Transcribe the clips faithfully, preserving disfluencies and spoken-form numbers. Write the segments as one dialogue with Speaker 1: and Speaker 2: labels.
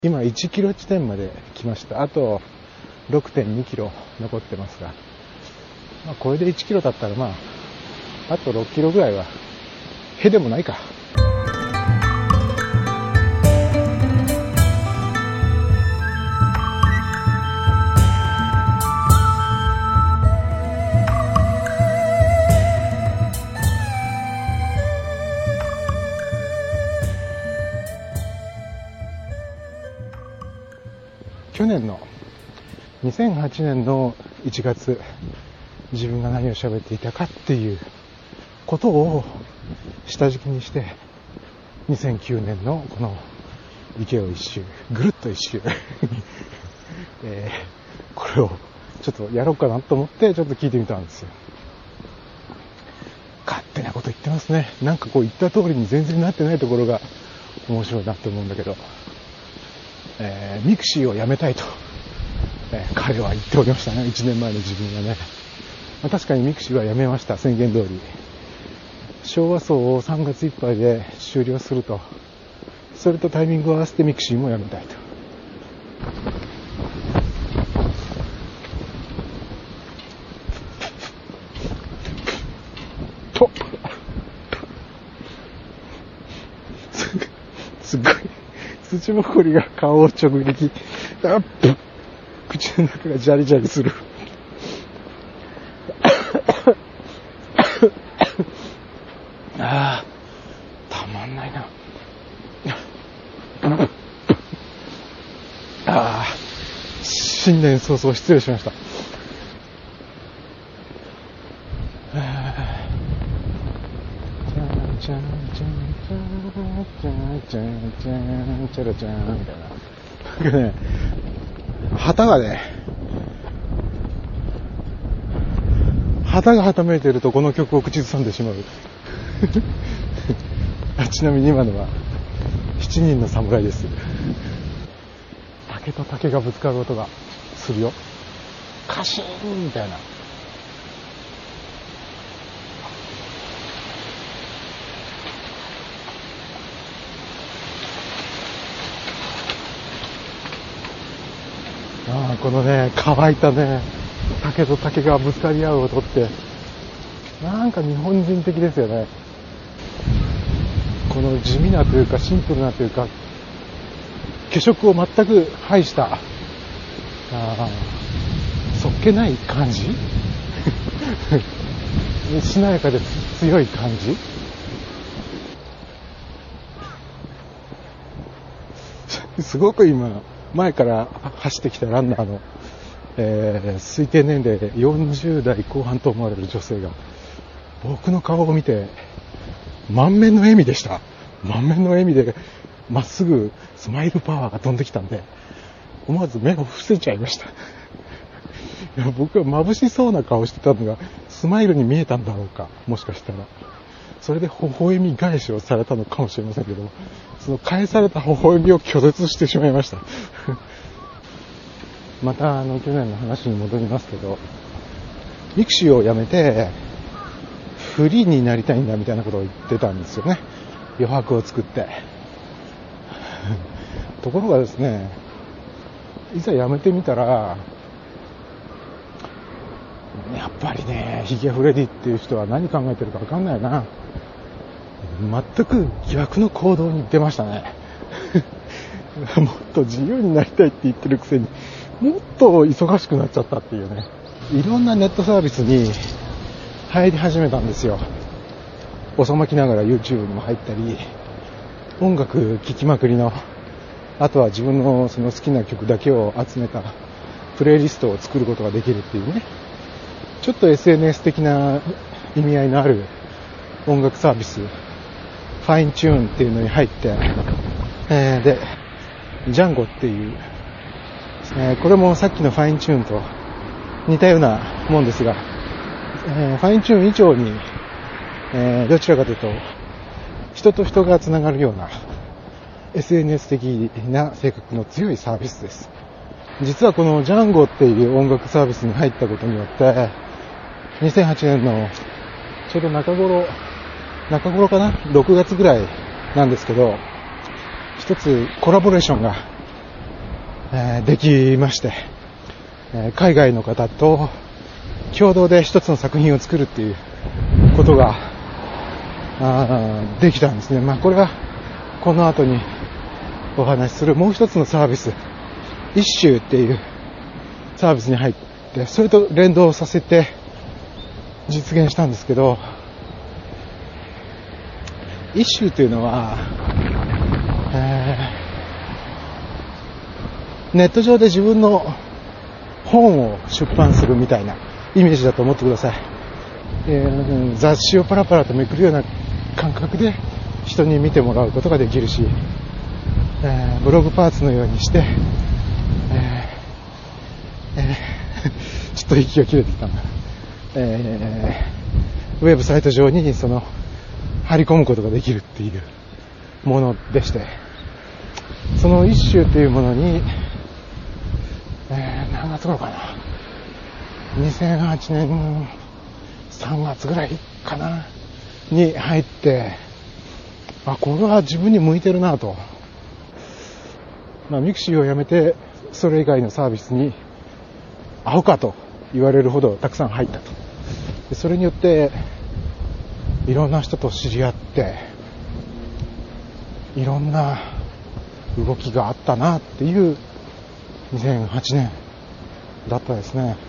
Speaker 1: 今いちキロ地点まで来ました。あと ろくてんにキロ残ってますが、まあ、これでいちキロだったらまああとろっキロぐらいはへでもないか。去年のにせんはちねんのいちがつ、自分が何を喋っていたかっていうことを下敷きにして、にせんきゅうねんのこの池を一周、ぐるっと一周、えー、これをちょっとやろうかなと思ってちょっと聞いてみたんですよ。勝手なこと言ってますね。なんかこう言った通りに全然なってないところが面白いなって思うんだけど、えー、ミクシーをやめたいと、えー、彼は言っておりましたね。いちねんまえの自分がね、まあ、確かにミクシーはやめました。宣言通り昭和層をさんがついっぱいで終了すると、それとタイミングを合わせてミクシーもやめたいととすっごい土ぼこりが顔を直撃。あっ口の中がジャリジャリする。ああ、たまんないな。ああ、新年早々失礼しました。チャンチャンチャンチャンチャンチャンチャラチャンみたいな。なんかね、旗がね、旗がはためいているとこの曲を口ずさんでしまう。ちなみに今のはしちにんの侍です。竹と竹がぶつかる音がするよ。カシーンみたいな。ああ、このね、乾いたね、竹と竹がぶつかり合う音ってなんか日本人的ですよね。この地味なというかシンプルなというか化粧を全く排したあそっけない感じしなやかで強い感じ。すごく今前から走ってきたランナーの、えー、推定年齢でよんじゅうだいこう半と思われる女性が僕の顔を見て満面の笑みでした。満面の笑みでまっすぐスマイルパワーが飛んできたんで思わず目を伏せちゃいました。いや、僕は眩しそうな顔してたのがスマイルに見えたんだろうか、もしかしたらそれで微笑み返しをされたのかもしれませんけども、その返された微笑みを拒絶してしまいましたまたあの去年の話に戻りますけど、ミクシーをやめてフリーになりたいんだみたいなことを言ってたんですよね。余白を作ってところがですね、いざやめてみたらやっぱりね、ヒゲフレディっていう人は何考えてるか分かんないな。全く疑惑の行動に出ましたねもっと自由になりたいって言ってるくせにもっと忙しくなっちゃったっていうね。いろんなネットサービスに入り始めたんですよ。遅まきながら YouTube にも入ったり、音楽聴きまくりの、あとは自分のその好きな曲だけを集めたプレイリストを作ることができるっていうね、ちょっと エスエヌエス 的な意味合いのある音楽サービス、ファインチューンっていうのに入って、えー、でジャンゴっていう、えー、これもさっきのファインチューンと似たようなもんですが、えー、ファインチューン以上に、えー、どちらかというと人と人がつながるような エスエヌエス 的な性格の強いサービスです。実はこのジャンゴっていう音楽サービスに入ったことによってにせんはちねんのちょうど中頃中頃かなろくがつぐらいなんですけど、一つコラボレーションがえー、できまして、えー、海外の方と共同で一つの作品を作るっていうことがあできたんですね。まあこれはこの後にお話しするもう一つのサービス、イッシュっていうサービスに入って、それと連動させて実現したんですけど、イッシュというのは、えー、ネット上で自分の本を出版するみたいなイメージだと思ってください。えー、雑誌をパラパラとめくるような感覚で人に見てもらうことができるし、えー、ブログパーツのようにして、えーえー、ちょっと息が切れてきたんだ、えー、ウェブサイト上にその張り込むことができるっていうものでして、その一種というものに、えー、何月頃かな、にせんはちねんさんがつぐらいかなに入って、あ、これは自分に向いてるなと、まあ、ミクシーをやめてそれ以外のサービスに合うかと言われるほどたくさん入ったと。でそれによっていろんな人と知り合って、いろんな動きがあったなっていうにせんはちねんだったですね。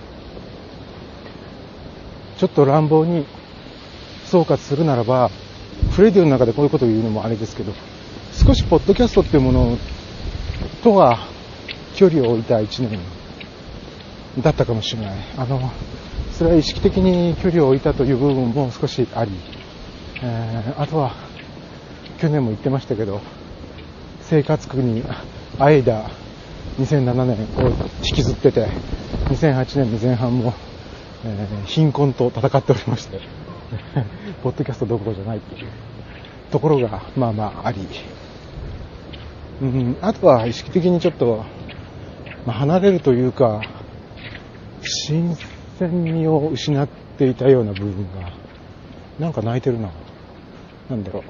Speaker 1: ちょっと乱暴に総括するならば、フレディオの中でこういうことを言うのもあれですけど、少しポッドキャストっていうものとは距離を置いたいちねんだったかもしれない。あのそれは意識的に距離を置いたという部分も少しあり、えー、あとは去年も言ってましたけど、生活苦にあえいだにせんななねんを引きずってて、にせんはちねんの前半も、えー、貧困と戦っておりましてポッドキャストどころじゃないっていうところがまあまああり、うん、あとは意識的にちょっと、まあ、離れるというか新鮮味を失っていたような部分がなんか泣いてるな。なんだろう、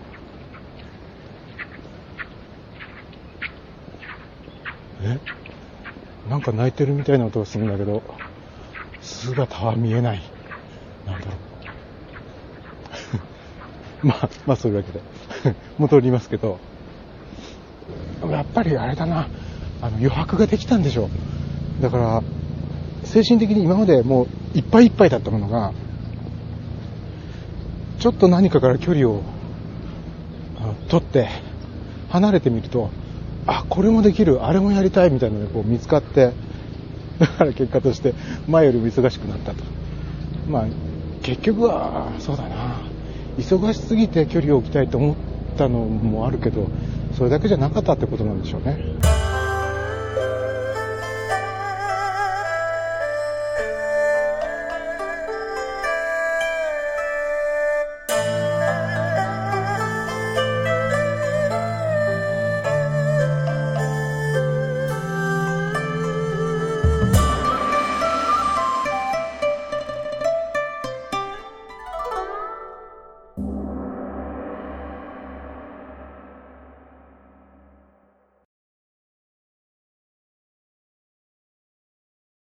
Speaker 1: えなんか泣いてるみたいな音がするんだけど姿は見えない。なんだろうまあまあそういうわけで戻りますけど、やっぱりあれだな、あの余白ができたんでしょう。だから精神的に今までもういっぱいいっぱいだったものが、ちょっと何かから距離を取って離れてみると、あ、これもできる、あれもやりたいみたいなのがこう見つかって、だから結果として前よりも忙しくなったと。まあ結局はそうだな、忙しすぎて距離を置きたいと思ったのもあるけど、それだけじゃなかったってことなんでしょうね。